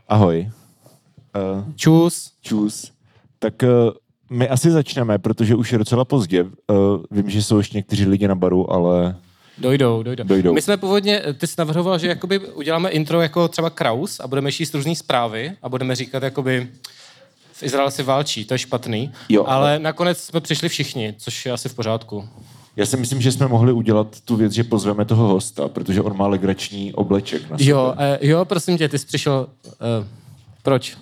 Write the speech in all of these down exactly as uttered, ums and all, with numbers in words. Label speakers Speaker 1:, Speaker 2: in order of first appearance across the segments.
Speaker 1: Ahoj.
Speaker 2: Uh, čus.
Speaker 1: Čus. Tak uh, my asi začneme, protože už je docela pozdě. Uh, vím, že jsou ještě někteří lidi na baru, ale...
Speaker 2: Dojdou, dojdou,
Speaker 1: dojdou.
Speaker 2: My jsme původně, ty jsi navrhoval, že jakoby uděláme intro jako třeba Kraus a budeme číst různý zprávy a budeme říkat jakoby v Izraeli si válčí, to je špatný,
Speaker 1: jo,
Speaker 2: ale nakonec jsme přišli všichni, což je asi v pořádku.
Speaker 1: Já si myslím, že jsme mohli udělat tu věc, že pozveme toho hosta, protože on má legrační obleček na sobě.
Speaker 2: Jo, eh, jo, prosím tě, ty jsi přišel... Eh, proč?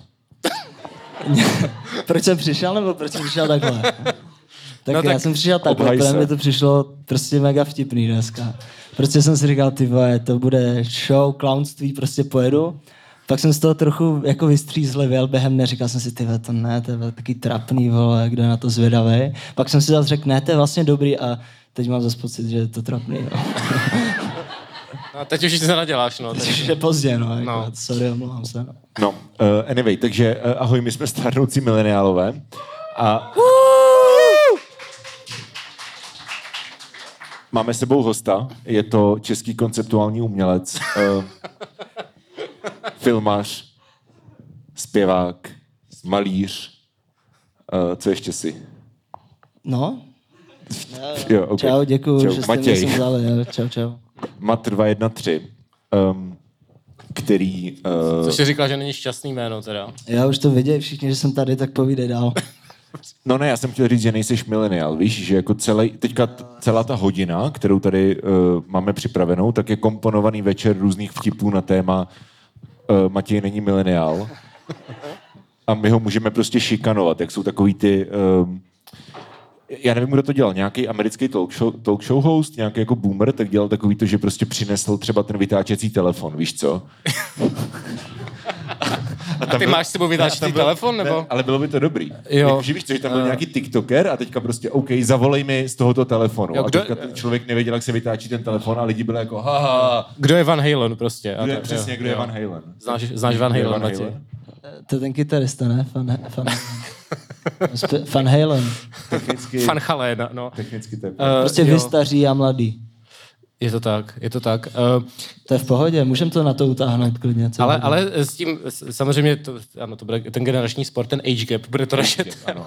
Speaker 3: Proč jsem přišel, nebo proč jsem přišel takhle? Tak, no, tak já jsem přišel takhle, protože mi to přišlo prostě mega vtipný dneska. Prostě jsem si říkal, ty vole, to bude show, clownství, prostě pojedu. Pak jsem z toho trochu jako vystřízlivěl během dne, říkal jsem si, ty vole, to ne, to je taky trapný, vole, kdo je na to zvědavý. Pak jsem si zase řekl, ne, to je vlastně dobrý a teď mám zase pocit, že je to trapný, no.
Speaker 2: No, teď už se naděláš, no.
Speaker 3: Teď už je pozdě, no, jako, no. Sorry, omlouvám se. No,
Speaker 1: no uh, anyway, takže uh, ahoj, my jsme stárnoucí mileniálové a... Máme sebou hosta, je to český konceptuální umělec, uh, filmař, zpěvák, malíř, uh, co ještě si?
Speaker 3: No.
Speaker 1: Jo, okay.
Speaker 3: Čau, děkuju,
Speaker 1: čau.
Speaker 3: že jste
Speaker 1: Matěj.
Speaker 3: mě vzali. Čau, čau.
Speaker 1: Mat dva jedna tři, um, který... Uh...
Speaker 2: Což jsi říkal, že není šťastný jméno teda.
Speaker 3: Já už to vidějí všichni, že jsem tady, tak povídej dál.
Speaker 1: No ne, já jsem chtěl říct, že nejseš mileniál, víš, že jako celý, teďka t- celá ta hodina, kterou tady uh, máme připravenou, tak je komponovaný večer různých vtipů na téma uh, Matěj není mileniál. A my ho můžeme prostě šikanovat, jak jsou takový ty... Uh, já nevím, kdo to dělal, nějaký americký talk show, talk show host, nějaký jako boomer, tak dělal takový to, že prostě přinesl třeba ten vytáčecí telefon, víš co?
Speaker 2: A, a ty byl, máš s sebou vytáčecí telefon, nebo?
Speaker 1: Ne, ale bylo by to dobrý.
Speaker 2: Jo.
Speaker 1: Jako, že víš co, že tam byl uh. nějaký tiktoker a teďka prostě, OK, zavolej mi z tohoto telefonu. Jo, kdo, a teďka ten člověk nevěděl, jak se vytáčí ten telefon a lidi byli jako, haha.
Speaker 2: Kdo je Van Halen prostě?
Speaker 1: Kdo je,
Speaker 2: a to,
Speaker 1: přesně,
Speaker 2: jo,
Speaker 1: kdo
Speaker 2: jo.
Speaker 1: je Van Halen.
Speaker 2: Znáš, znáš Van Halen, Van Halen?
Speaker 3: To je ten kytarista, ne? Van, Van, Van Halen.
Speaker 1: Technicky,
Speaker 2: Van Halen, no.
Speaker 1: Technicky to je. Uh,
Speaker 3: prostě vy staří a mladý.
Speaker 2: Je to tak, je to tak. Uh,
Speaker 3: to je v pohodě, můžeme to na to utáhnout klidně.
Speaker 2: Ale, ale s tím, samozřejmě, to, ano, to bude ten generační sport, ten age gap, bude to naše téma.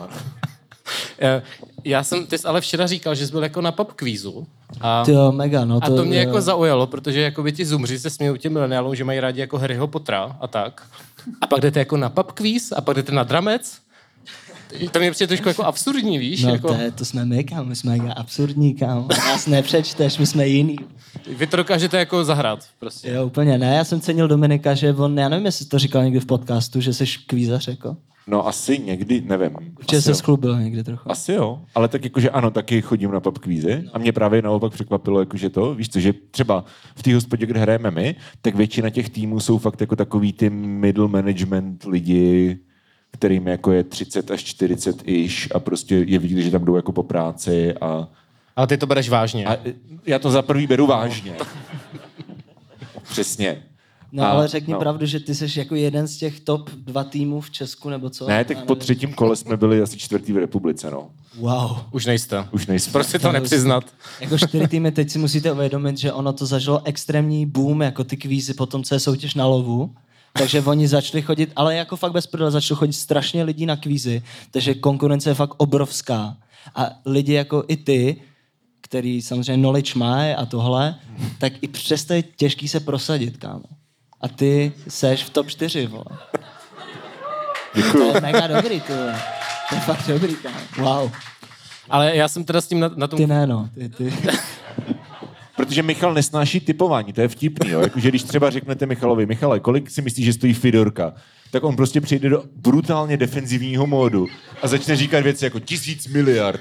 Speaker 2: Já jsem, ty jsi ale včera říkal, že jsi byl jako na pub kvízu. A,
Speaker 3: jo, mega, no.
Speaker 2: To, a to mě jo. jako zaujalo, protože jako by ti zoomři se smějou těm mileniálům, že mají rádi jako Harryho Pottera a tak. A pak jdete jako na pub kvíz a pak jdete na dramec. To mě přijde trošku jako absurdní, víš?
Speaker 3: No
Speaker 2: jako...
Speaker 3: to, je, to jsme my, kámo, my jsme mega absurdní, kámo. Nás nepřečteš, my jsme jiný.
Speaker 2: Vy to dokážete jako zahrát, prostě.
Speaker 3: Jo, úplně ne, já jsem cenil Dominika, že on, já nevím, jestli to říkal někdy v podcastu, že jsi kvízař, jako.
Speaker 1: No asi někdy, nevím.
Speaker 3: Určitě se sklubil někdy trochu.
Speaker 1: Asi jo, ale tak jakože ano, taky chodím na pub kvízy a mě právě naopak překvapilo, jakože to, víš co, že třeba v té hospodě, kde hrajeme my, tak většina těch týmů jsou fakt jako takový ty middle management lidi, kterým jako je třicet až čtyřicet ish a prostě je vidět, že tam jdou jako po práci a...
Speaker 2: Ale ty to bereš vážně.
Speaker 1: A já to za prvý beru vážně. Přesně.
Speaker 3: No
Speaker 1: a,
Speaker 3: ale řekni
Speaker 1: no.
Speaker 3: pravdu, že ty jsi jako jeden z těch top dva týmů v Česku, nebo co?
Speaker 1: Ne, tak po třetím kole jsme byli asi čtvrtý v republice, no.
Speaker 3: Wow.
Speaker 2: Už nejste.
Speaker 1: Už nejsme.
Speaker 2: Prostě to nepřiznat.
Speaker 3: Jako čtyři týmy, teď si musíte uvědomit, že ono to zažilo extrémní boom, jako ty kvízy po tom, co je soutěž na lovu. Takže oni začali chodit, ale jako fakt bez prdele, začalo chodit strašně lidí na kvízy, takže konkurence je fakt obrovská. A lidi jako i ty, který samozřejmě knowledge mají a tohle, tak i přesto je těžký se prosadit, kámo. A ty seš v top čtyři, vole.
Speaker 1: Děkuju.
Speaker 3: To je mega dobrý, ty vole. To je fakt dobrý, kámo. Wow.
Speaker 2: Ale já jsem teda s tím na, na tom...
Speaker 3: Ty ne, no. Ty, ty.
Speaker 1: Protože Michal nesnáší typování, to je vtipný, jo. Jakože když třeba řeknete Michalovi, Michale, kolik si myslíš, že stojí Fidorka, tak on prostě přijde do brutálně defenzivního módu a začne říkat věci jako tisíc miliard.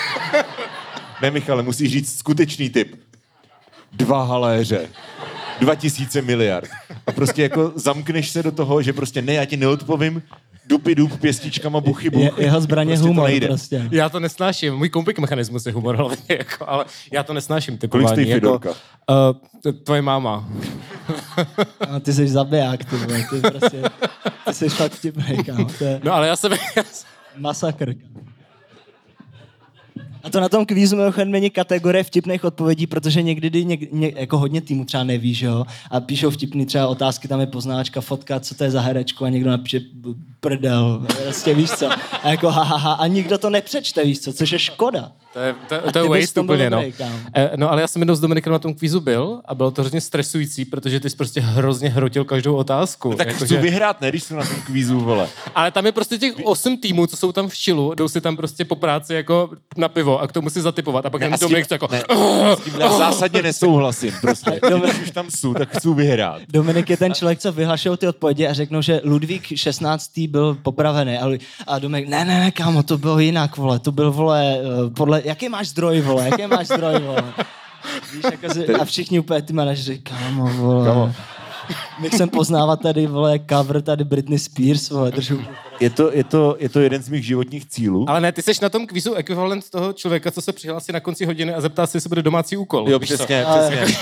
Speaker 1: Ne, Michale, musíš říct skutečný typ. Dva haléře. Dva tisíce miliard. A prostě jako zamkneš se do toho, že prostě ne, já ti neodpovím, dupy dup, pěstičkama, buchy, buchy.
Speaker 3: Je, jeho zbraně
Speaker 1: prostě
Speaker 3: humor,
Speaker 1: to
Speaker 3: prostě.
Speaker 2: Já to nesnáším. Můj kompik mechanismus je humor hlavně, jako, ale já to nesnáším typování.
Speaker 1: Kolik stojí Fidorka?
Speaker 2: Jako, uh, tvoje máma.
Speaker 3: No, ty jsi zabiják, ty vole. Ty, prostě, ty jsi fakt vtipnej, kámo. To je
Speaker 2: no ale já jsem...
Speaker 3: masakr. A to na tom kvízu mimochodem není kategorie vtipných odpovědí, protože někdy něk, ně, jako hodně týmů třeba neví, že jo, a píšou vtipný třeba otázky, tam je poznáčka, fotka, co to je za herečku a někdo napíše prdel, vlastně víš co, a jako ha, ha, ha, a nikdo to nepřečte, víš co, což je škoda.
Speaker 2: To je, to, to je waste úplně, no. E, no, ale já jsem jednou s Dominikem na tom kvízu byl a bylo to hrozně stresující, protože ty jsi prostě hrozně hrotil každou otázku.
Speaker 1: No, tak
Speaker 2: jako,
Speaker 1: chci
Speaker 2: že...
Speaker 1: vyhrát, ne, když jsou na tom kvízu, vole.
Speaker 2: Ale tam je prostě těch osm týmů, co jsou tam v čilu, jdou si tam prostě po práci jako na pivo a k tomu si zatypovat a pak ten Dominik jako...
Speaker 1: Ne, s tím já zásadně nesouhlasím, prostě. Když už tam jsou, tak chci vyhrát.
Speaker 3: Dominik je ten člověk, co vyhlašují ty odpovědi a řeknou, že Ludvík šestnáctý byl popravený. A, a Dominik, ne, ne, ne, kámo, to bylo jinak, vole, to byl, vole, podle, jaký máš zdroj, vole, jaký máš zdroj, vole. Víš, jako z, a všichni úplně ty manažeři, kámo, vole. Kámo. My chcem poznávat tady, vole, cover tady Britney Spears, vole, držu.
Speaker 1: Je to, je, to, je to jeden z mých životních cílů.
Speaker 2: Ale ne, ty jsi na tom kvízu ekvivalent toho člověka, co se přihlásí na konci hodiny a zeptá se, jestli bude domácí úkol.
Speaker 1: Jo, přesně, přesně.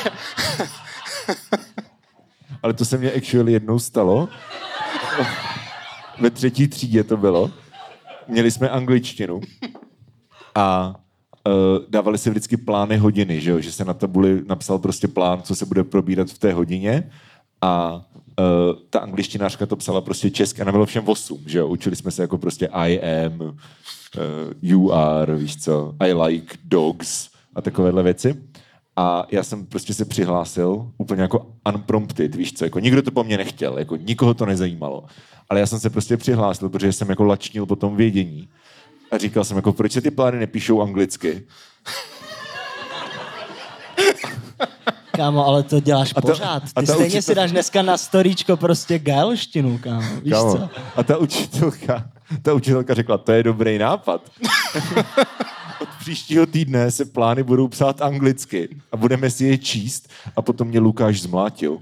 Speaker 1: Ale to se mně actually jednou stalo. Ve třetí třídě to bylo. Měli jsme angličtinu a uh, dávali se vždycky plány hodiny, že, jo? Že se na tabuli napsal prostě plán, co se bude probírat v té hodině a uh, ta angličtinářka to psala prostě česky a nám bylo všem osm, že jo? Učili jsme se jako prostě I am, uh, you are, víš co, I like dogs a takovéhle věci. A já jsem prostě se přihlásil úplně jako unprompted, víš co, jako nikdo to po mně nechtěl, jako nikoho to nezajímalo. Ale já jsem se prostě přihlásil, protože jsem jako lačnil po tom vědění. A říkal jsem jako, proč se ty plány nepíšou anglicky?
Speaker 3: Kámo, ale to děláš
Speaker 1: a ta,
Speaker 3: pořád. Ty stejně
Speaker 1: učitel...
Speaker 3: si dáš dneska na storíčko prostě gaelštinu, kámo. Víš kámo. Co?
Speaker 1: A ta učitelka, ta učitelka řekla, to je dobrý nápad. Od příštího týdne se plány budou psát anglicky a budeme si je číst a potom mě Lukáš zmlátil.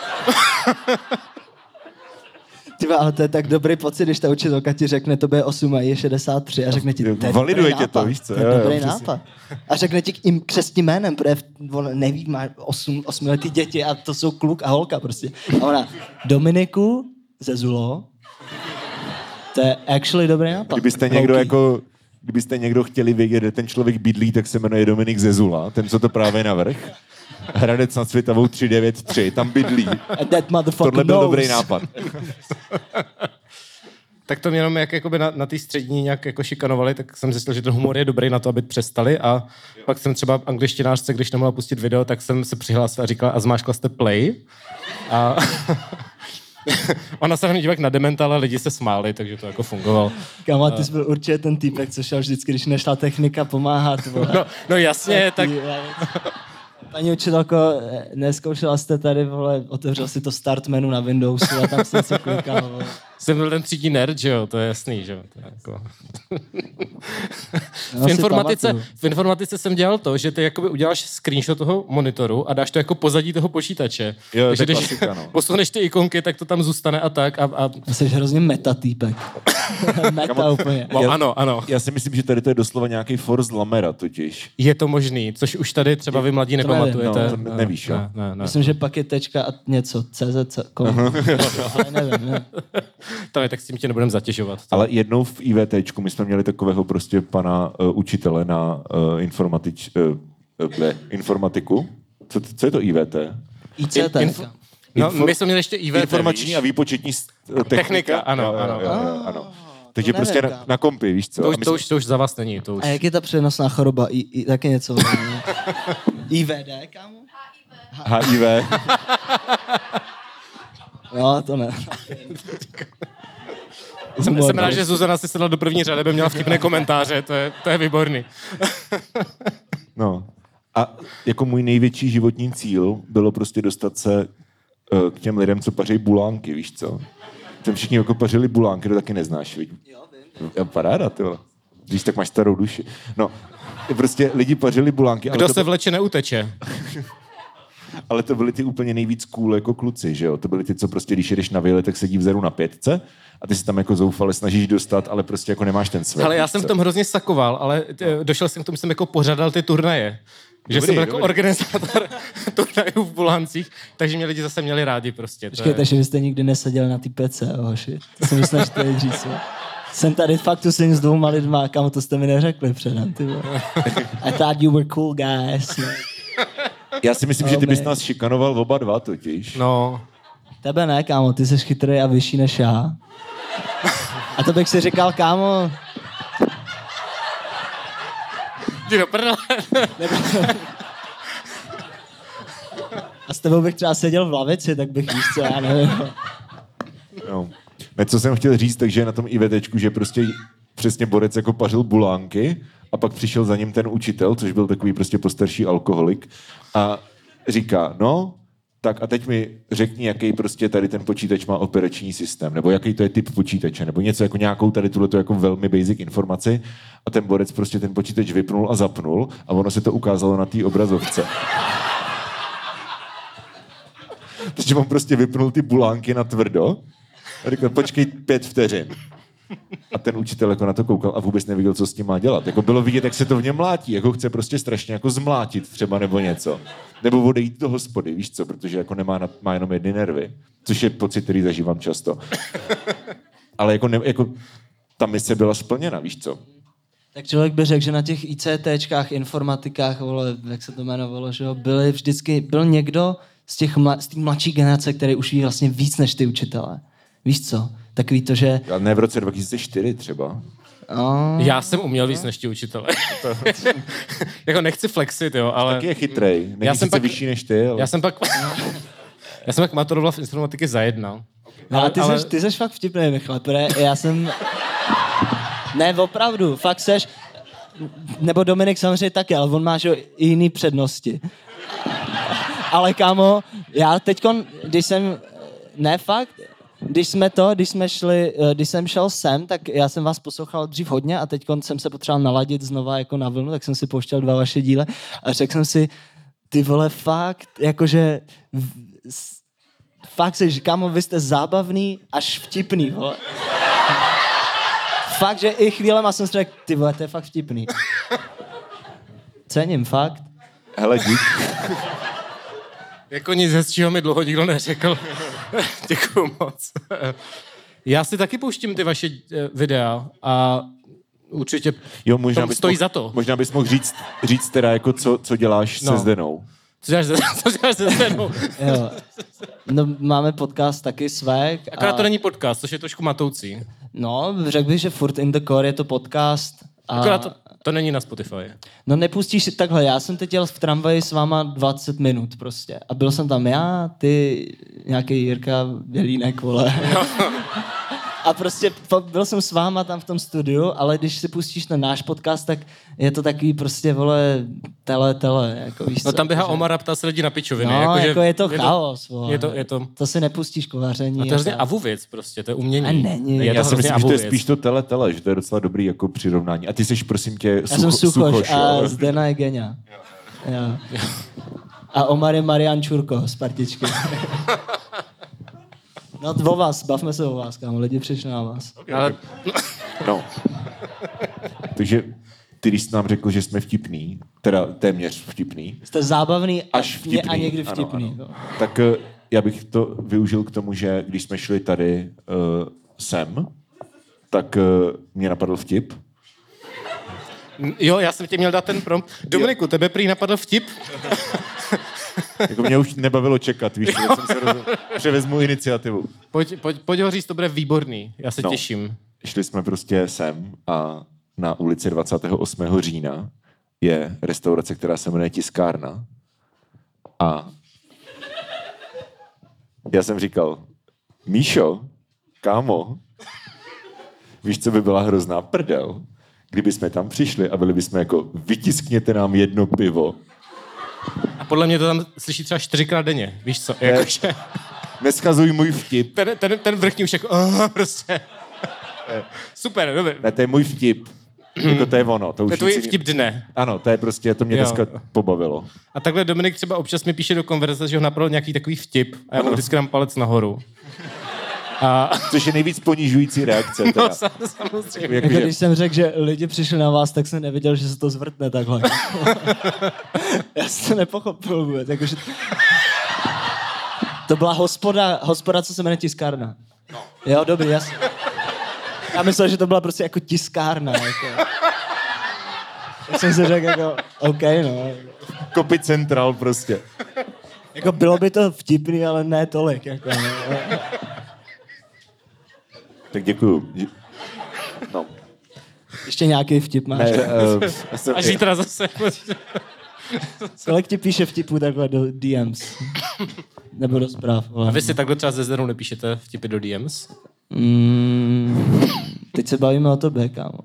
Speaker 3: Tyba, ale to je tak dobrý pocit, když ta učitelka ti řekne, to bude osm a je šedesát tři a řekne ti, to je
Speaker 1: validuje
Speaker 3: dobrý
Speaker 1: tě to, víš co?
Speaker 3: To je
Speaker 1: jo,
Speaker 3: dobrý
Speaker 1: jo,
Speaker 3: nápad. A řekne ti jim křestním jménem, protože on neví, má osm, osmiletý děti a to jsou kluk a holka prostě. A ona, Dominiku Zezulo, to je actually dobrý nápad.
Speaker 1: Kdybyste někdo okay. jako, kdybyste někdo chtěli vědět, kde ten člověk bydlí, tak se jmenuje Dominik Zezula, ten, co to právě navrch. Hradec nad Světavou tři devět tři, tam bydlí. Tohle byl
Speaker 3: knows.
Speaker 1: dobrý nápad.
Speaker 2: Tak to mě jenom jak jakoby na, na té střední nějak jako šikanovali, tak jsem zjistil, že ten humor je dobrý na to, aby přestali a jo. Pak jsem třeba angličtinářce, když nemohla pustit video, tak jsem se přihlásil a říkala, a zmáškla jste play? A ona se na mě dívala na dementa, ale lidi se smáli, takže to jako fungovalo.
Speaker 3: Kámo, ty jsi byl určitě ten týpek, co šel vždycky, když nešla technika pomáhat. Vole.
Speaker 2: No, no jasně, tak...
Speaker 3: Paní učitelko, neskoušela jste tady, vole, otevřel si to start menu na Windowsu a tam se něco klikal, vole.
Speaker 2: Jsem byl ten třídní nerd, že jo, to je jasný, že jo. To je jako...
Speaker 3: v,
Speaker 2: informatice, v informatice jsem dělal to, že ty jakoby uděláš screenshot toho monitoru a dáš to jako pozadí toho počítače.
Speaker 1: Jo,
Speaker 2: takže když
Speaker 1: klasika, no.
Speaker 2: posuneš ty ikonky, tak to tam zůstane a tak. A, a...
Speaker 3: Jsi hrozně meta týpek. Meta úplně.
Speaker 2: No, ano, ano.
Speaker 1: Já si myslím, že tady to je doslova nějaký Force Lamera totiž.
Speaker 2: Je to možný, což už tady třeba vy mladí nepamatujete.
Speaker 1: No, to nevíš, jo?
Speaker 2: Ne, ne, ne.
Speaker 3: Myslím, že pak je tečka a něco, cz, kom. nevím, ne.
Speaker 2: To ne, tak s tím tě nebudem zatěžovat.
Speaker 1: Ale jednou v IVTčku my jsme měli takového prostě pana uh, učitele na uh, informatič, uh, uh, informatiku. Co, co je to I V T?
Speaker 3: I C T.
Speaker 2: Info... No,
Speaker 1: Info...
Speaker 2: my jsme měli ještě I V T,
Speaker 1: Informační
Speaker 2: víš?
Speaker 1: a výpočetní technika.
Speaker 2: Technika, ano,
Speaker 1: jo, jo,
Speaker 2: ano.
Speaker 1: Jo, jo, ano. Takže nevím, prostě na, na kompy, víš co?
Speaker 2: To už,
Speaker 1: my
Speaker 2: to,
Speaker 1: jsme...
Speaker 2: už, to už za vás není. To už...
Speaker 3: A jak je ta přenosná choroba? I, i, taky něco. I V D, kámo?
Speaker 1: H I V.
Speaker 3: No, to ne.
Speaker 2: Jsem, jsem rád, že Zuzana si sedla do první řady, aby měla vtipné komentáře, to je, to je výborný.
Speaker 1: No. A jako můj největší životní cíl bylo prostě dostat se uh, k těm lidem, co paří bulánky, víš co? Tam všichni jako pařili bulánky, to taky neznáš, víš? Jo, vím. Ja, paráda, ty vole. Víš, tak máš starou duši. No, prostě lidi pařili bulánky.
Speaker 2: Kdo
Speaker 1: ale
Speaker 2: se
Speaker 1: to...
Speaker 2: vleče, neuteče.
Speaker 1: Ale to byli ty úplně nejvíc cool jako kluci, že jo? To byli ty, co prostě, když jedeš na výlet, tak sedí vzadu na pětce a ty si tam jako zoufale snažíš dostat, ale prostě jako nemáš ten svět.
Speaker 2: Ale já jsem v tom hrozně sakoval, ale t- došel jsem k tomu, že jsem jako pořádal ty turnaje. Že
Speaker 1: Dobrý,
Speaker 2: jsem byl jako
Speaker 1: dobrý.
Speaker 2: organizátor turnajů v Buláncích, takže mě lidi zase měli rádi prostě.
Speaker 3: Počkejte,
Speaker 2: je...
Speaker 3: že vy jste nikdy neseděli na ty pece, hoši. To jsem myslel, že to je říct. Jsem tady fakt tu s dvouma lidma, kámo, to jste mi neřekli předem, ty vole. I thought you were cool guys.
Speaker 1: Já si myslím, oh, že ty bys nás šikanoval oba dva totiž.
Speaker 2: No.
Speaker 3: Tebe ne, kámo, ty jsi chytrý a vyšší než já. A to bych si říkal, kámo...
Speaker 2: Ty do prdele.
Speaker 3: A s tebou bych třeba seděl v lavici, tak bych víš co, já nevím.
Speaker 1: No. Ne, co jsem chtěl říct, takže na tom IVTčku, že prostě přesně borec jako pařil bulánky a pak přišel za ním ten učitel, což byl takový prostě postarší alkoholik a říká, no, tak a teď mi řekni, jaký prostě tady ten počítač má operační systém, nebo jaký to je typ počítače, nebo něco jako nějakou tady tuhleto jako velmi basic informaci a ten borec prostě ten počítač vypnul a zapnul a ono se to ukázalo na té obrazovce. Takže on prostě vypnul ty bulánky na tvrdo a říkal, počkej pět vteřin. A ten učitel jako na to koukal a vůbec nevěděl, co s tím má dělat. Jako bylo vidět, jak se to v něm mlátí, jako chce prostě strašně jako zmlátit třeba nebo něco. Nebo odejít do hospody, víš co, protože jako nemá, na, má jenom jedny nervy. Což je pocit, který zažívám často. Ale jako, ne, jako ta mise byla splněna, víš co.
Speaker 3: Tak člověk by řekl, že na těch ICTčkách, informatikách, vole, jak se to jmenovalo, že jo, byli vždycky, byl někdo z těch mla, z té mladší generace, který už ví vlastně víc než ty učitelé. Víš co? Takový to, že...
Speaker 1: Ale ne v roce dva tisíce čtyři třeba.
Speaker 3: Oh.
Speaker 2: Já jsem uměl víc než ti učitelé. Jako nechci flexit, jo, ale...
Speaker 1: Taky je chytrej. Není
Speaker 2: já jsem pak
Speaker 1: vyšší než ty, ale...
Speaker 2: Já jsem pak... já jsem pak maturoval v informatiky za jedna.
Speaker 3: No, ale ty,
Speaker 2: ale...
Speaker 3: Seš, ty seš fakt vtipný, Michale, protože já jsem... Ne, opravdu, fakt seš... Nebo Dominik samozřejmě taky, ale on má, že i jiný přednosti. Ale kámo, já teďkon, když jsem... Ne, fakt... Když jsme to, když jsme šli, když jsem šel sem, tak já jsem vás poslouchal dřív hodně a teď jsem se potřeboval naladit znova jako na vlnu, tak jsem si pouštěl dva vaše díle a řekl jsem si, ty vole, fakt, jakože fakt se, kámo, vy jste zábavný až vtipný, vole. Fakt, že i chvílema jsem si řekl, ty vole, to je fakt vtipný. Cením, fakt.
Speaker 1: Hele, dík.
Speaker 2: Jako nic hezčího mi dlouho nikdo neřekl. Děkuju moc. Já si taky pouštím ty vaše videa a určitě
Speaker 1: jo, možná
Speaker 2: stojí
Speaker 1: mohl,
Speaker 2: za to.
Speaker 1: Možná bys mohl říct, říct teda, jako co, co děláš no. se Zdenou.
Speaker 2: Co děláš, co děláš se Zdenou?
Speaker 3: Jo. No, máme podcast taky Svek.
Speaker 2: Akorát
Speaker 3: a...
Speaker 2: to není podcast, což je trošku matoucí.
Speaker 3: No, řekl bych, že furt in the core je to podcast. A...
Speaker 2: Akorát to, to není na Spotify.
Speaker 3: No nepustíš si takhle, já jsem teď jel v tramvaji s váma dvacet minut prostě. A byl jsem tam já, ty, nějaký Jirka Bělínek, vole. No. A prostě byl jsem s váma tam v tom studiu, ale když si pustíš ten náš podcast, tak je to takový prostě, vole, tele, tele, jako víš co.
Speaker 2: No tam běhá
Speaker 3: že...
Speaker 2: Omar a ptá se lidi na pičoviny.
Speaker 3: No,
Speaker 2: jako,
Speaker 3: jako
Speaker 2: že
Speaker 3: je to
Speaker 2: je
Speaker 3: chaos, vole.
Speaker 2: Je to, je to...
Speaker 3: to si nepustíš kovaření.
Speaker 2: A to je hrozně avu věc prostě, to je umění.
Speaker 3: A není.
Speaker 2: Je
Speaker 1: Já
Speaker 2: to
Speaker 1: si myslím, že to je
Speaker 2: věc.
Speaker 1: spíš to tele, tele, že to je docela dobrý jako přirovnání. A ty seš, prosím tě,
Speaker 3: Já
Speaker 1: sucho,
Speaker 3: jsem Suchoš,
Speaker 1: suchoš
Speaker 3: a
Speaker 1: jo?
Speaker 3: Zdena je Genia. Jo. A Omar je Marian Čurko z partičky. No o vás, bavme se o vás, kámo, lidi přišli na vás.
Speaker 2: Okay, ale...
Speaker 1: No. Takže ty, když jsi nám řekl, že jsme vtipný, teda téměř vtipný.
Speaker 3: Jste zábavný
Speaker 1: až vtipný.
Speaker 3: a někdy vtipný.
Speaker 1: Ano, ano.
Speaker 3: No.
Speaker 1: Tak já bych to využil k tomu, že když jsme šli tady uh, sem, tak uh, mě napadl vtip.
Speaker 2: Jo, já jsem tě měl dát ten prom. Dominiku, jo. Tebe prý napadl vtip?
Speaker 1: Jako mě už nebavilo čekat, víš, že jsem se rozhodl, převezmu iniciativu.
Speaker 2: Pojď, pojď, pojď ho říct, to bude výborný, já se
Speaker 1: no,
Speaker 2: těším.
Speaker 1: Šli jsme prostě sem a na ulici dvacátého osmého října je restaurace, která se jmenuje Tiskárna. A já jsem říkal, Míšo, kámo, víš, co by byla hrozná prdel, kdyby jsme tam přišli a byli bychom jako, vytiskněte nám jedno pivo.
Speaker 2: A podle mě to tam slyší třeba čtyřikrát denně, víš co?
Speaker 1: Ne,
Speaker 2: Jakože...
Speaker 1: Neskazuj můj vtip.
Speaker 2: Ten, ten, ten vrchní už jako, oh, prostě. Super, dobře.
Speaker 1: Ne, to je můj vtip. Jako to je ono. To,
Speaker 2: to
Speaker 1: už
Speaker 2: je tvůj
Speaker 1: nic...
Speaker 2: vtip dne.
Speaker 1: Ano, to je prostě, to mě jo. dneska pobavilo.
Speaker 2: A takhle Dominik třeba občas mi píše do konverzace, že ho napadl nějaký takový vtip a já mu vždycky dám palec nahoru. A...
Speaker 1: Což je nejvíc ponižující reakce. Teda.
Speaker 2: No, samozřejmě.
Speaker 3: Jako, že... Když jsem řekl, že lidi přišli na vás, tak jsem nevěděl, že se to zvrtne takhle. Já jsem to nepochopil vůbec. Jako, že... To byla hospoda, hospoda, co se jmenuje Tiskárna. No. Jo, dobrý, jasně. Já myslel, že to byla prostě jako tiskárna. Jako. Tak jsem si řekl jako, OK, no.
Speaker 1: Copy Central prostě.
Speaker 3: Jako bylo by to vtipný, ale ne tolik. Jako, no.
Speaker 1: Tak děkuju. No.
Speaker 3: Ještě nějaký vtip máš?
Speaker 1: Ne, uh, jsem,
Speaker 2: A zítra zase.
Speaker 3: Kolik ti píše vtipů takhle do D Ms? Nebo do zpráv?
Speaker 2: A vy si takhle třeba ze Zdenou nepíšete vtipy do D Ms?
Speaker 3: Mm, teď se bavíme o tobě, kámo.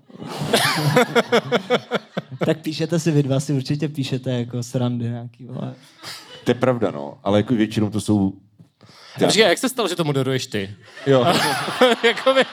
Speaker 3: Tak píšete si vy dva, si určitě píšete jako srandy nějaký, vole.
Speaker 1: To je pravda, no. Ale jako většinou to jsou...
Speaker 2: Já. Počkej, jak se stalo, že to moderuješ ty?
Speaker 1: Jo.
Speaker 2: Jakoby...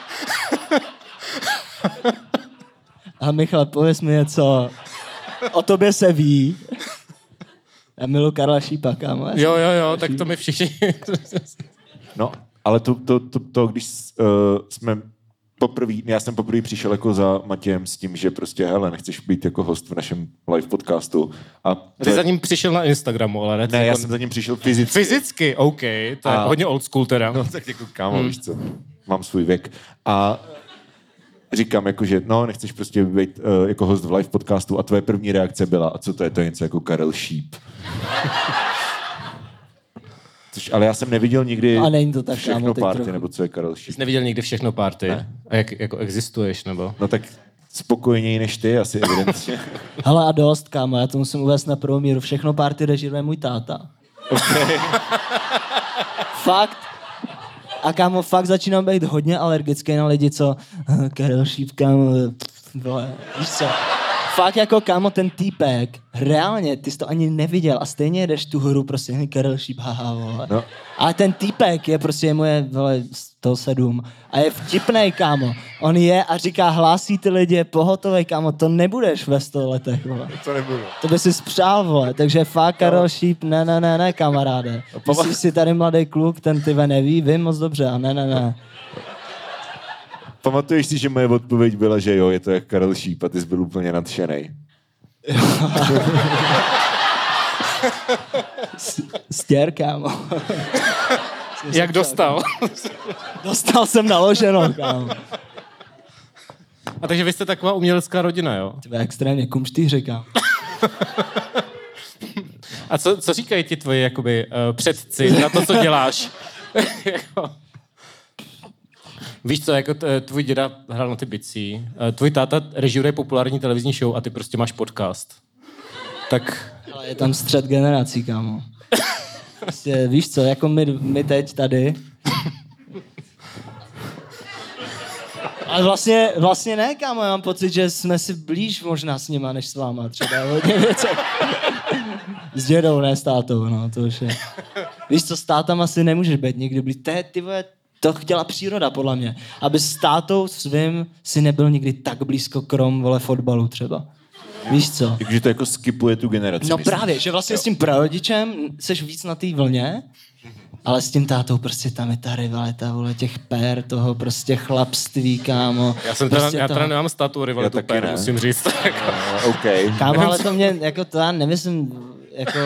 Speaker 3: A Michale, pověz mi něco. O tobě se ví. Já miluji Karla Šípa, kámo.
Speaker 2: Jo, jo, jo, tak to my všichni...
Speaker 1: No, ale to, to, to, to když uh, jsme poprvé, já jsem poprvé přišel jako za Matějem s tím, že prostě, hele, nechceš být jako host v našem live podcastu. A
Speaker 2: Ty
Speaker 1: je...
Speaker 2: za ním přišel na Instagramu, ale ne?
Speaker 1: Ne, já
Speaker 2: jako...
Speaker 1: jsem za ním přišel fyzicky.
Speaker 2: Fyzicky, OK, to je
Speaker 1: A...
Speaker 2: hodně old school teda.
Speaker 1: No, tak jako kámo, hmm. víš co, mám svůj věk. A říkám jako, že no, nechceš prostě být uh, jako host v live podcastu a tvoje první reakce byla, a co to je, to je něco jako Karel Šíp. Což, ale já jsem neviděl nikdy
Speaker 3: a není to tak,
Speaker 1: všechno
Speaker 3: kámo,
Speaker 1: party,
Speaker 3: trochu.
Speaker 1: nebo co je Karel Šíp.
Speaker 2: Jsi neviděl nikdy všechno party?
Speaker 1: Ne.
Speaker 2: A jak jako existuješ, nebo?
Speaker 1: No tak spokojeněji než ty, asi evidentně.
Speaker 3: Hele a dost, kámo, já to musím uvést na prvou míru. Všechno party režíruje můj táta.
Speaker 1: Okay.
Speaker 3: Fakt. A kámo, fakt začínám být hodně alergický na lidi, co Karel Šíp, kámo, vole, víš co? Fakt jako, kámo, ten týpek, reálně, ty jsi to ani neviděl a stejně jedeš tu hru, prostě Karel Šíp, haha, vole.
Speaker 1: No.
Speaker 3: Ale ten týpek je prostě moje, vole, sto sedm a je vtipnej, kámo. On je a říká, hlásí ty lidi, je pohotovej, kámo, to nebudeš ve sto letech, vole.
Speaker 1: To nebudu.
Speaker 3: To by si spřál, vole, takže fakt Karel Šíp, ne, ne, ne, ne, kamaráde. Myslíš si tady mladý kluk, ten tyve neví, vím moc dobře, a ne, ne, ne.
Speaker 1: Pamatuješ si, že moje odpověď byla, že jo, je to jak Karel Šíp a ty jsi byl úplně nadšenej.
Speaker 3: Stěr, kámo.
Speaker 2: Jak dostal?
Speaker 3: Dostal jsem naloženo, kámo.
Speaker 2: A takže vy jste taková umělecká rodina, jo?
Speaker 3: Tvé extrémně kumštýři, kámo.
Speaker 2: A co, co říkají ti tvoji jakoby, uh, předci na to, co děláš? Jako... Víš co, jako t- tvůj děda hrál na ty bicí, uh, tvůj táta režíruje populární televizní show a ty prostě máš podcast. Tak...
Speaker 3: Ale je tam střed generací, kámo. Prostě, víš co, jako my, my teď tady. Ale vlastně, vlastně ne, kámo, já mám pocit, že jsme si blíž možná s nima, než s váma třeba. Hodně věcech. S dědou, ne s tátou, no, to už je. Víš co, s tátama si nemůžeš být nikdy blíž. To je, ty vole, to chtěla příroda, podle mě. Aby s tátou svým si nebyl nikdy tak blízko krom, vole, fotbalu třeba. Víš co?
Speaker 1: Takže to jako skipuje tu generaci.
Speaker 3: No
Speaker 1: myslím.
Speaker 3: právě, že vlastně jo. S tím prarodičem seš víc na té vlně, ale s tím tátou prostě tam je ta rivalita, vole, těch pér, toho prostě chlapství, kámo.
Speaker 2: Já jsem teda,
Speaker 3: prostě
Speaker 2: já
Speaker 3: toho...
Speaker 2: teda nemám s tátou rivalitu pér,
Speaker 1: ne.
Speaker 2: musím říct.
Speaker 1: Uh, OK.
Speaker 3: Kámo, ale to mě, jako to já nemyslím, jako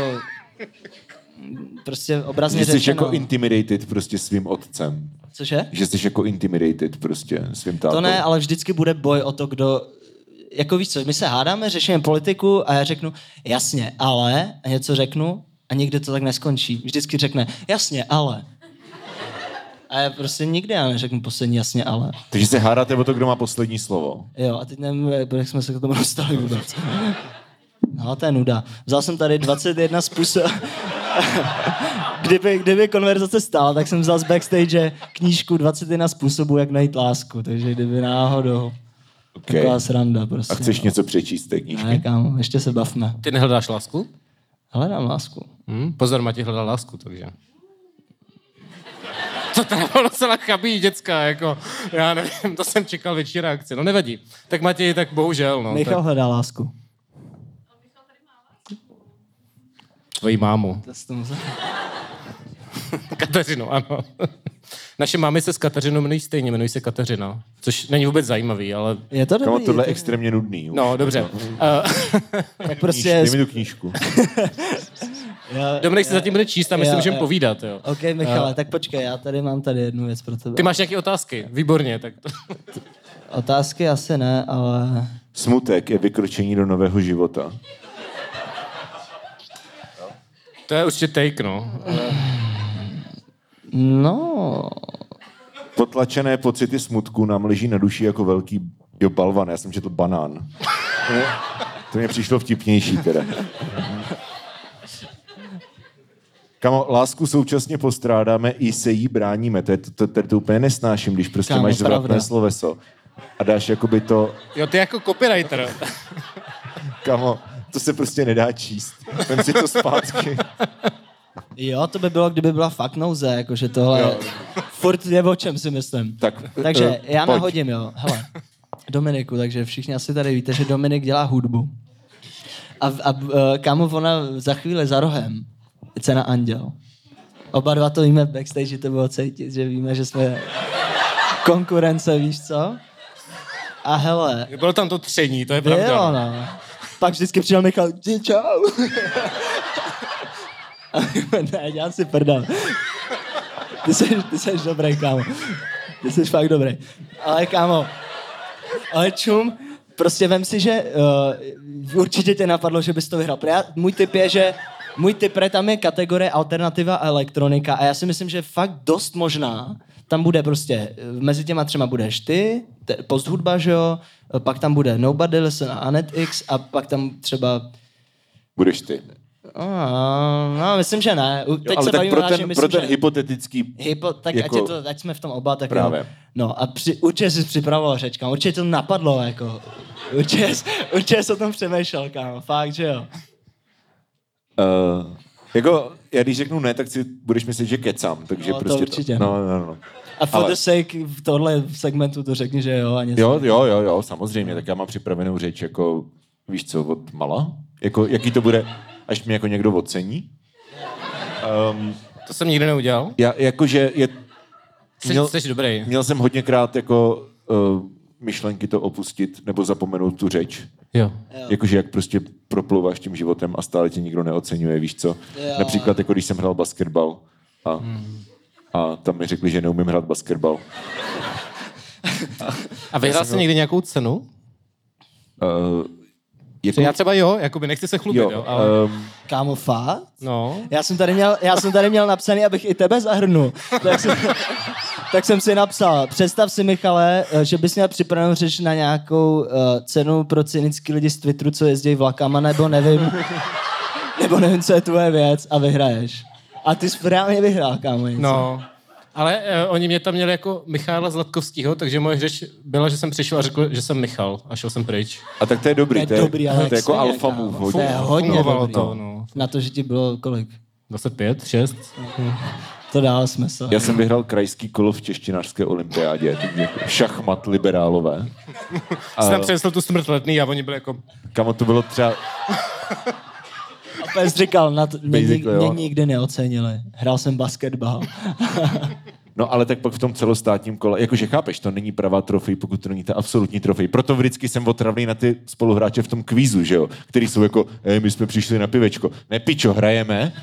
Speaker 3: prostě obrazně
Speaker 1: že jsi
Speaker 3: řečeno.
Speaker 1: jako intimidated prostě svým otcem.
Speaker 3: Cože?
Speaker 1: Že jsi jako intimidated prostě svým tátou.
Speaker 3: To ne, ale vždycky bude boj o to, kdo... Jako víš co, my se hádáme, řešíme politiku a já řeknu, jasně, ale, a něco řeknu a nikdy to tak neskončí. Vždycky řekne, jasně, ale. A já prostě nikdy já neřeknu poslední jasně, ale.
Speaker 1: Takže se hádáte o to, kdo má poslední slovo.
Speaker 3: Jo, a teď nevím, jak jsme se k tomu dostali vůbec. No, to je nuda. Vzal jsem tady dvacet jedna způsob... kdyby, kdyby konverzace stála, tak jsem vzal z backstage knížku dvacet jedna způsobů, jak najít lásku. Takže kdyby náhodou...
Speaker 1: Okay.
Speaker 3: Taková sranda prostě.
Speaker 1: A chceš
Speaker 3: no.
Speaker 1: něco přečíst z té knížky?
Speaker 3: Ne, kámo, ještě se bavme.
Speaker 2: Ty nehledáš lásku?
Speaker 3: Hledám lásku.
Speaker 2: Hmm, pozor, Matěj hledal lásku, takže... To teda bylo docela chabý, děcka, jako, já nevím, to jsem čekal větší reakci, no nevadí. Tak Matěj, tak bohužel, no.
Speaker 3: Michal
Speaker 2: tak...
Speaker 3: hledá lásku.
Speaker 2: Tvojí mámu.
Speaker 3: To to musel...
Speaker 2: Kateřinu, ano. Naše mámy se s Kateřinou jmenují stejně, jmenují se Kateřina, což není vůbec zajímavý, ale...
Speaker 3: Je to dobrý.
Speaker 1: Kamo, tohle je
Speaker 3: to...
Speaker 1: extrémně nudný. Už.
Speaker 2: No, dobře. Uh...
Speaker 3: tak prostě...
Speaker 1: Kníž, dej mi tu knížku.
Speaker 3: já,
Speaker 2: Dominik se zatím bude číst a my si
Speaker 3: já,
Speaker 2: můžeme
Speaker 3: já.
Speaker 2: povídat, jo.
Speaker 3: OK, Michale, uh... tak počkej, já tady mám tady jednu věc pro tebe.
Speaker 2: Ty máš nějaké otázky? Výborně, tak to...
Speaker 3: Otázky asi ne, ale...
Speaker 1: Smutek je vykročení do nového života.
Speaker 2: To je určitě take, no.
Speaker 3: No...
Speaker 1: Potlačené pocity smutku nám leží na duši jako velký jo, balvan. Já jsem četl banán. To mě, to mě přišlo vtipnější teda. Kamo, lásku současně postrádáme i se jí bráníme. To, je, to, to, to, to úplně nesnáším, když prostě
Speaker 3: Kámo,
Speaker 1: máš zvratné
Speaker 3: pravda.
Speaker 1: sloveso a dáš jakoby to...
Speaker 2: Jo, ty jako copywriter.
Speaker 1: Kamo, to se prostě nedá číst. Vem si to zpátky.
Speaker 3: Jo, to by bylo, kdyby byla fakt nouze, jakože tohle jo. Furt je o čem si myslím.
Speaker 1: Tak,
Speaker 3: takže
Speaker 1: uh,
Speaker 3: já
Speaker 1: pojď.
Speaker 3: nahodím, jo. Hele, Dominiku, takže všichni asi tady víte, že Dominik dělá hudbu. A, a kámo, ona za chvíli za rohem je cena Anděl. Oba dva to víme v backstage, to bylo cítit, že víme, že jsme konkurence, víš co? A hele...
Speaker 2: Bylo tam to tření, to je pravda.
Speaker 3: Bylo, no. Pak vždycky přijel Michal, čau. Ne, dělám si prdel. Ty jsi, ty jsi dobrý, kámo. Ty jsi fakt dobrý. Ale kámo, ale čum, prostě vem si, že uh, určitě tě napadlo, že bys to vyhrál. Já, můj tip je, že můj tip je, tam je kategorie alternativa a elektronika a já si myslím, že fakt dost možná tam bude prostě, mezi těma třema budeš ty, te, posthudba, že jo, pak tam bude Nobody Listen a Anet X a pak tam třeba...
Speaker 1: Budeš ty.
Speaker 3: No, no, myslím, že ne. Teď
Speaker 1: Jo, ale
Speaker 3: se
Speaker 1: tak
Speaker 3: bavíme
Speaker 1: pro
Speaker 3: o
Speaker 1: ten,
Speaker 3: že myslím,
Speaker 1: pro ten
Speaker 3: že...
Speaker 1: hypotetický...
Speaker 3: Hypo, tak
Speaker 1: jako...
Speaker 3: ať, je to, ať jsme v tom oba, tak
Speaker 1: Právě.
Speaker 3: jo. No a při, určitě jsi připravoval řečka, určitě to napadlo, jako. Určitě, určitě jsi o tom přemýšlel, kámo, fakt, že jo.
Speaker 1: Uh, jako, já když řeknu ne, tak si budeš myslet, že kecám, takže
Speaker 3: No, to
Speaker 1: prostě...
Speaker 3: určitě.
Speaker 1: No, no, no.
Speaker 3: A for
Speaker 1: Ale-
Speaker 3: the sake v tohle segmentu to řekni, že jo. A něco.
Speaker 1: Jo, jo, jo, jo, samozřejmě, tak já mám připravenou řeč, jako, víš co, od mala? Jako, jaký to bude, až mě jako někdo ocení? Um,
Speaker 2: To jsem nikdy neudělal.
Speaker 1: já, jakože je...
Speaker 2: Jsi,
Speaker 1: Měl,
Speaker 2: jsi dobrý.
Speaker 1: měl jsem hodněkrát jako uh, myšlenky to opustit, nebo zapomenout tu řeč.
Speaker 2: Jo.
Speaker 3: Jo.
Speaker 1: Jakože jak prostě proplouváš tím životem a stále tě nikdo neocenuje, víš co?
Speaker 3: Jo.
Speaker 1: Například jako když jsem hrál basketbal a, hmm. a tam mi řekli, že neumím hrát basketbal.
Speaker 2: A vyhrál jsi někdy nějakou cenu?
Speaker 1: Uh, jako,
Speaker 2: Já třeba jo, jakoby nechci se chlubit, jo,
Speaker 1: jo,
Speaker 2: ale...
Speaker 1: um,
Speaker 3: Kámo, fakt?
Speaker 2: No.
Speaker 3: Já jsem tady měl, já jsem tady měl napsaný, abych i tebe zahrnul. Tak jsem, tak jsem si napsal, představ si, Michale, že bys měl připravenou řeč na nějakou uh, cenu pro cynický lidi z Twitteru, co jezdí vlakama, nebo nevím, nebo nevím, co je tvoje věc a vyhraješ. A ty jsi reálně vyhrál, kámo. Něco.
Speaker 2: No. Ale uh, oni mě tam měli jako Michala Zlatkovskýho, takže moje řeč byla, že jsem přišel a řekl, že jsem Michal a šel jsem pryč.
Speaker 1: a tak to je dobrý,
Speaker 3: To je dobrý, ale
Speaker 1: to je jako
Speaker 3: extrémně,
Speaker 1: alfa
Speaker 3: kámo.
Speaker 1: move.
Speaker 3: To je
Speaker 1: hodně.
Speaker 3: hodně
Speaker 2: Fungovalo
Speaker 3: dobrý.
Speaker 2: to, no.
Speaker 3: Na to, že ti bylo kolik?
Speaker 2: dvacet pět, šest.
Speaker 3: To dál smysl.
Speaker 1: Já jsem vyhrál krajský kolo v češtinářské olympiádě, takže šachmat liberálové.
Speaker 2: Jsi tam přinesl tu smrt letný a oni byli jako...
Speaker 1: Kamo to bylo třeba...
Speaker 3: A jsi říkal, na to, mě,
Speaker 1: Basically,
Speaker 3: mě
Speaker 1: jo.
Speaker 3: nikdy neocenili. Hrál jsem basketbal.
Speaker 1: No ale tak pak v tom celostátním kole, jakože chápeš, to není pravá trofej, pokud to není ta absolutní trofej. Proto vždycky jsem otravný na ty spoluhráče v tom kvízu, že jo, který jsou jako, ej, my jsme přišli na pivečko. Ne, pičo, hrajeme.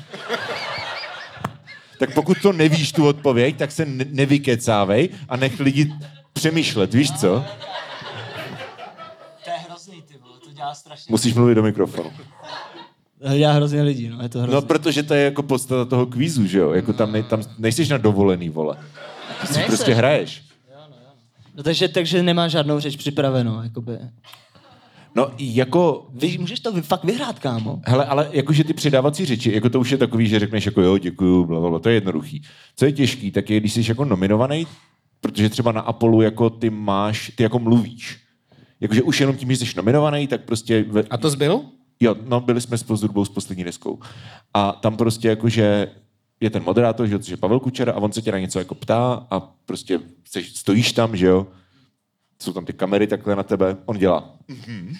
Speaker 1: Tak pokud to nevíš tu odpověď, tak se ne- nevykecávej a nech lidi přemýšlet, víš co?
Speaker 3: To je hrozný, ty vole, to dělá strašně.
Speaker 1: Musíš mluvit do mikrofonu.
Speaker 3: Dělá hrozně lidí, no, je to hrozný.
Speaker 1: No, protože to je jako podstata toho kvízu, že jo? Jako tam, ne, tam nejsiš na dovolený, vole. Ty si
Speaker 3: Nejseš.
Speaker 1: prostě hraješ.
Speaker 3: No, takže, takže nemá žádnou řeč připravenou, jakoby.
Speaker 1: No, jako...
Speaker 3: Vy, můžeš to vy, fakt vyhrát, kámo.
Speaker 1: Hele, ale jakože ty předávací řeči, jako to už je takový, že řekneš jako jo, děkuju, blablabla, to je jednoduchý. Co je těžký, tak je, když jsi jako nominovaný, protože třeba na Apollu jako ty máš, ty jako mluvíš. Jakože už jenom tím, že jsi nominovaný, tak prostě... Ve...
Speaker 2: A to zbyl?
Speaker 1: Jo, no, byli jsme s Pozdrubou s poslední deskou. A tam prostě jakože je ten moderátor, že jo, což je Pavel Kučera, a on se tě na něco jako ptá a prostě seš, stojíš tam, že jo, jsou tam ty kamery takhle na tebe, on dělá. Mm-hmm.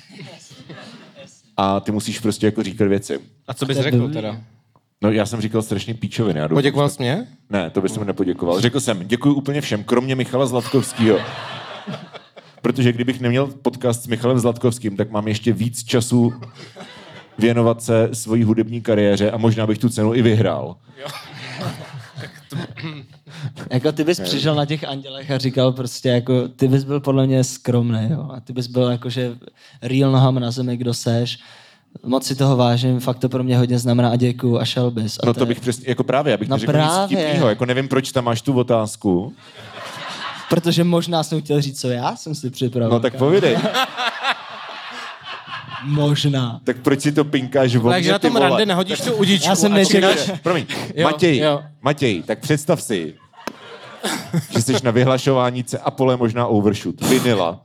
Speaker 1: A ty musíš prostě jako říkat věci.
Speaker 2: A co bys
Speaker 3: To je
Speaker 2: řekl
Speaker 3: blbý.
Speaker 2: teda?
Speaker 1: No, já jsem říkal strašně píčoviny. Já doufám,
Speaker 2: Poděkoval
Speaker 1: že-
Speaker 2: jsi mě?
Speaker 1: Ne, to bych mu nepoděkoval. Řekl jsem, děkuji úplně všem, kromě Michala Zlatkovského. Protože kdybych neměl podcast s Michalem Zlatkovským, tak mám ještě víc času věnovat se svojí hudební kariéře a možná bych tu cenu i vyhrál.
Speaker 3: Jako ty bys přišel na těch andělech a říkal prostě jako, ty bys byl podle mě skromný, jo. A ty bys byl jakože real nohama na zemi, kdo seš. Moc si toho vážím, fakt to pro mě hodně znamená a děkuju a šel bys. A
Speaker 1: no to bych přesně, jako právě, abych
Speaker 3: no
Speaker 1: neřekl
Speaker 3: právě.
Speaker 1: nic vtipnýho, jako nevím, proč tam máš tu otázku.
Speaker 3: Protože možná jsem chtěl říct, co já jsem si připravil.
Speaker 1: No tak povídej.
Speaker 3: Možná.
Speaker 1: Tak proč si to pinkáš o mě,
Speaker 2: Takže na tom
Speaker 1: ty vole?
Speaker 2: rande nahodíš tu udičku.
Speaker 3: Já jsem
Speaker 2: a
Speaker 3: nečekal.
Speaker 2: čekáš-
Speaker 1: Promiň,
Speaker 2: Jo,
Speaker 1: Matěj,
Speaker 2: jo.
Speaker 1: Matěj, tak představ si, že jsi na vyhlašování C a pole možná overshoot. Vinila.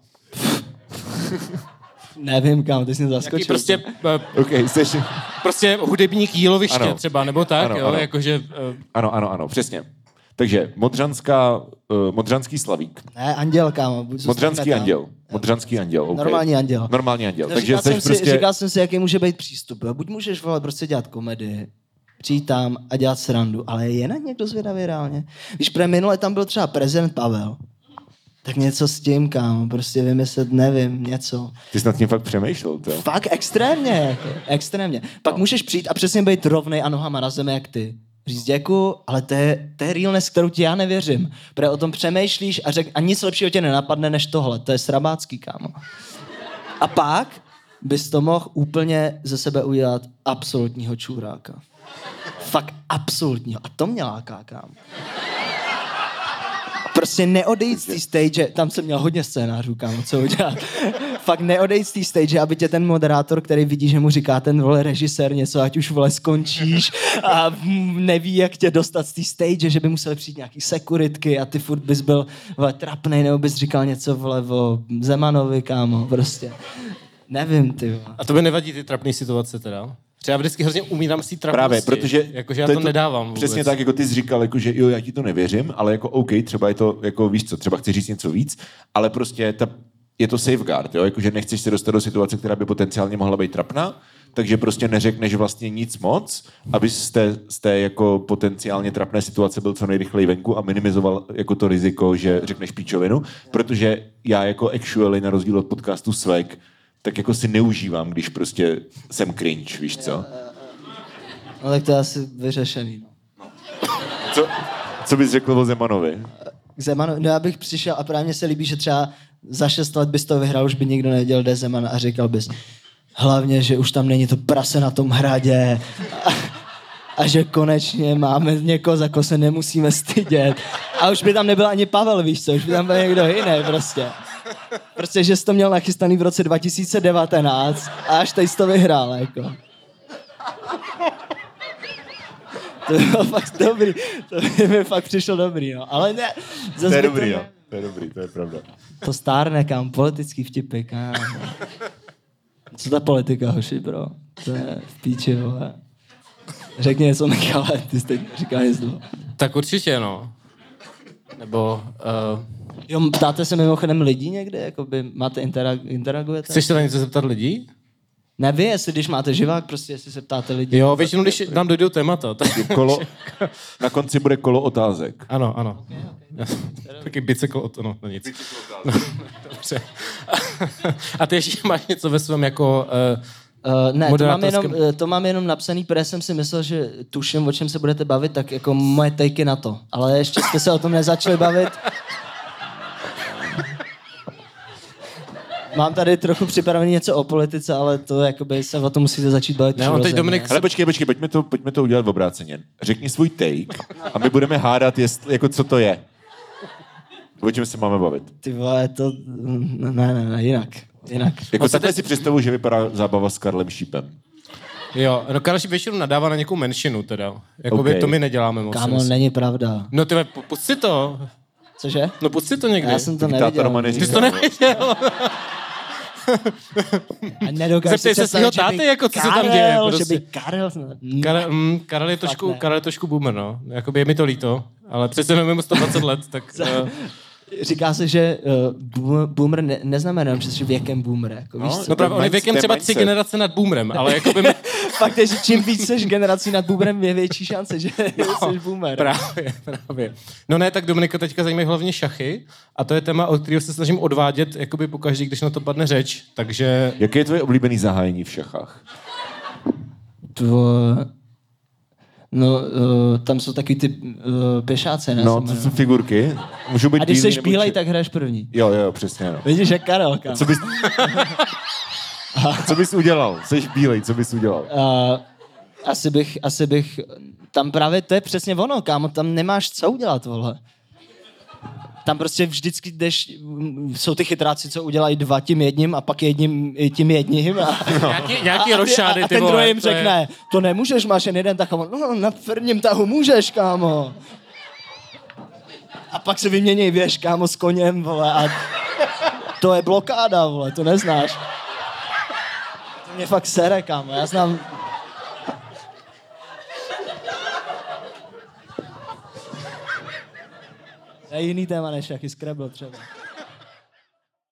Speaker 3: Nevím kam, ty jsi mě
Speaker 2: Jaký
Speaker 3: zaskočil.
Speaker 2: prostě, uh,
Speaker 1: OK, jsi...
Speaker 2: prostě hudebník jíloviště
Speaker 1: Ano.
Speaker 2: třeba, nebo tak,
Speaker 1: Ano,
Speaker 2: jo,
Speaker 1: ano.
Speaker 2: jakože... Uh,
Speaker 1: Ano, ano, ano, přesně. Takže Modřanská, uh, Modřanský slavík.
Speaker 3: Ne, anděl, kámo. buď co
Speaker 1: Modřanský
Speaker 3: jsme tam.
Speaker 1: anděl. Modřanský anděl, OK.
Speaker 3: Normální anděl.
Speaker 1: Normální anděl.
Speaker 3: No,
Speaker 1: Takže
Speaker 3: říkal,
Speaker 1: jsi
Speaker 3: jsem si,
Speaker 1: prostě...
Speaker 3: říkal jsem si, jaký může být přístup. Jo? Buď můžeš vole, prostě dělat komedii, přijít tam a dělat srandu, ale je na někdo zvědavý reálně. Víš, pre minule tam byl třeba prezident Pavel, tak něco s tím, kámo, prostě vymyslet, nevím, něco.
Speaker 1: Ty jsi nad tím fakt přemýšlel, to.
Speaker 3: Fakt extrémně, jako, extrémně. Pak no. můžeš přijít a přesně být rovnej a nohama na zemi jak ty. Říct děkuju, ale to je, to je realness, kterou ti já nevěřím. Protože o tom přemýšlíš a, řek, a nic lepšího tě nenapadne než tohle. To je srabácký, kámo. A pak bys to mohl úplně ze sebe udělat absolutního čůráka. Fakt absolutního. A to mě láká, kámo. Prostě neodejít z té stage, tam jsem měl hodně scénářů, kámo, co udělat. Fakt neodejít z té stage, aby tě ten moderátor, který vidí, že mu říká ten vole režisér něco, ať už vole skončíš a neví, jak tě dostat z té stage, že by museli přijít nějaký sekuritky a ty furt bys byl vole trapnej, nebo bys říkal něco vole o Zemanovi, kámo, prostě. Nevím, ty vole.
Speaker 2: a to by nevadí ty trapné situace teda? Třeba vždycky hrozně umírám z té trapnosti.
Speaker 1: Právě, protože...
Speaker 2: Jakože já to,
Speaker 1: je
Speaker 2: to nedávám vůbec.
Speaker 1: Přesně tak, jako ty jsi říkal, jako, že jo, já ti to nevěřím, ale jako OK, třeba je to, jako víš co, třeba chci říct něco víc, ale prostě ta, je to safeguard, jo, jakože nechceš se dostat do situace, která by potenciálně mohla být trapná, takže prostě neřekneš vlastně nic moc, aby z té, z té jako potenciálně trapné situace byl co nejrychleji venku a minimizoval jako to riziko, že řekneš píčovinu, protože já jako actually na rozdíl od podcastu Swag, tak jako si neužívám, když prostě jsem cringe, víš co?
Speaker 3: No tak to je asi vyřešený, no.
Speaker 1: Co, co bys řekl o Zemanovi?
Speaker 3: K Zemanu, no já bych přišel a právě se líbí, že třeba za šest let bys to vyhrál, už by nikdo nevěděl, kde je Zeman a říkal bys, hlavně, že už tam není to prase na tom hradě a, a že konečně máme někoho, za koho se nemusíme stydět. A už by tam nebyl ani Pavel, víš co, už by tam byl někdo jiný prostě. Prostě, že jsi to měl nachystaný v roce dva tisíce devatenáct a až teď jsi to vyhrál, jako. To bylo fakt dobrý, to mi fakt přišlo dobrý, no. Ale ne, zase
Speaker 1: To je
Speaker 3: by
Speaker 1: dobrý,
Speaker 3: to,
Speaker 1: jo. To je dobrý, to je pravda.
Speaker 3: to stárne, kam, politický vtipy, kam. Co ta politika, hoši, bro? To je v píči, vole. Řekni něco, Michale, ty jsi teď říkal nic dlouho.
Speaker 2: Tak určitě, no. Nebo... Uh,
Speaker 3: Jo, ptáte se mimochodem lidí někde? Jakoby máte interag- interagujete?
Speaker 2: chceš se na něco zeptat lidí?
Speaker 3: Ne vy, jestli když máte živák, prostě jestli se ptáte lidí.
Speaker 2: Jo, většinou, když nám dojdou témata. Tak...
Speaker 1: Kolo, na konci bude kolo otázek.
Speaker 2: Ano, ano. Okay, okay. Taky bicykl od... No, no nic. No, dobře. A ty ještě máš něco ve svém jako... Uh,
Speaker 3: Uh, ne, to mám, jenom,
Speaker 2: moderátorském-
Speaker 3: uh, to mám jenom napsaný, protože jsem si myslel, že tuším, o čem se budete bavit, tak jako moje takey na to. Ale ještě jste se o tom nezačali bavit. Mám tady trochu připravený něco o politice, ale to jakoby se o tom musíte začít bavit.
Speaker 2: Ne, on teď
Speaker 3: přirozeně.
Speaker 2: Dominik-
Speaker 1: Ale počkej, počkej, pojďme to, pojďme to udělat v obráceně. Řekni svůj take a my budeme hádat, jestli, jako co to je. O čem se máme bavit.
Speaker 3: Ty vole, to... Ne, ne, ne, jinak. Jinak.
Speaker 1: Jako
Speaker 2: On se
Speaker 1: takhle
Speaker 2: teď-
Speaker 1: si představu, že vypadá zábava s Karlem Šípem.
Speaker 2: Jo, no Karel většinou nadává na nějakou menšinu teda. Jakoby
Speaker 1: Okay.
Speaker 2: to my neděláme moc.
Speaker 3: Kámo, není pravda.
Speaker 2: No ty, pu- pusť si to.
Speaker 3: Cože?
Speaker 2: No pusť si to někdy.
Speaker 3: Já jsem to
Speaker 1: Diktátor
Speaker 3: neviděl.
Speaker 1: Roman
Speaker 2: Ty jsi
Speaker 1: neříkal.
Speaker 2: to nevěděl.
Speaker 3: A nedokážu
Speaker 2: Zeptej
Speaker 3: si
Speaker 2: se svýho
Speaker 3: představit, že by
Speaker 2: táty, jako co se tam
Speaker 3: Karel,
Speaker 2: děje,
Speaker 3: Že
Speaker 2: prostě.
Speaker 3: by Karel...
Speaker 2: Karel, mm, Karel, je trošku,
Speaker 3: ne.
Speaker 2: Karel je trošku boomer, no. Jakoby je mi to líto, ale přece jenom mu sto dvacet let, tak... Uh,
Speaker 3: Říká se, že uh, boomer ne, neznamená, že jsi věkem boomer. Jako, víš,
Speaker 1: No,
Speaker 3: co?
Speaker 2: no právě, on je
Speaker 1: mindset,
Speaker 2: věkem
Speaker 1: to je
Speaker 2: třeba tři
Speaker 1: mindset.
Speaker 2: generace nad boomerem, ale jakoby... My,
Speaker 3: Fakt je, že čím víc jsi generací nad boomerem, je větší šance, že no, jsi boomer.
Speaker 2: právě, právě. No ne, tak Dominika teďka zajímají hlavně šachy a to je téma, od kterého se snažím odvádět jakoby pokaždý, když na to padne řeč, takže...
Speaker 1: Jaké je tvoje oblíbený zahájení v šachách?
Speaker 3: To... No, uh, tam jsou takový ty uh, pěšáci, ne?
Speaker 1: No, to jsou figurky. Můžou být
Speaker 3: a když
Speaker 1: bílý
Speaker 3: jsi
Speaker 1: nebo
Speaker 3: bílej,
Speaker 1: či-
Speaker 3: tak hraješ první.
Speaker 1: Jo, jo, přesně, no.
Speaker 3: Vidíš, jak Karel, kámo.
Speaker 1: Co bys... co bys udělal? Jsi bílej, co bys udělal?
Speaker 3: Uh, asi bych, asi bych, tam právě to je přesně ono, kámo, tam nemáš co udělat, vole. Tam prostě vždycky jdeš, jsou ty chytráci, co udělají dva tím jedním a pak jedním tím jedním. A,
Speaker 2: Nějaký, nějaký
Speaker 3: a,
Speaker 2: rošády,
Speaker 3: a, a
Speaker 2: ty
Speaker 3: ten
Speaker 2: vole,
Speaker 3: druhý jim
Speaker 2: to je-
Speaker 3: řekne, to nemůžeš, máš jen jeden tah. A on, no, na prvním tahu můžeš, kámo. A pak se vymění věž, kámo, s koněm, vole, a to je blokáda, vole, to neznáš. To mě fakt sere, kámo, já znám... To je jiný téma než jaký Scrabble třeba.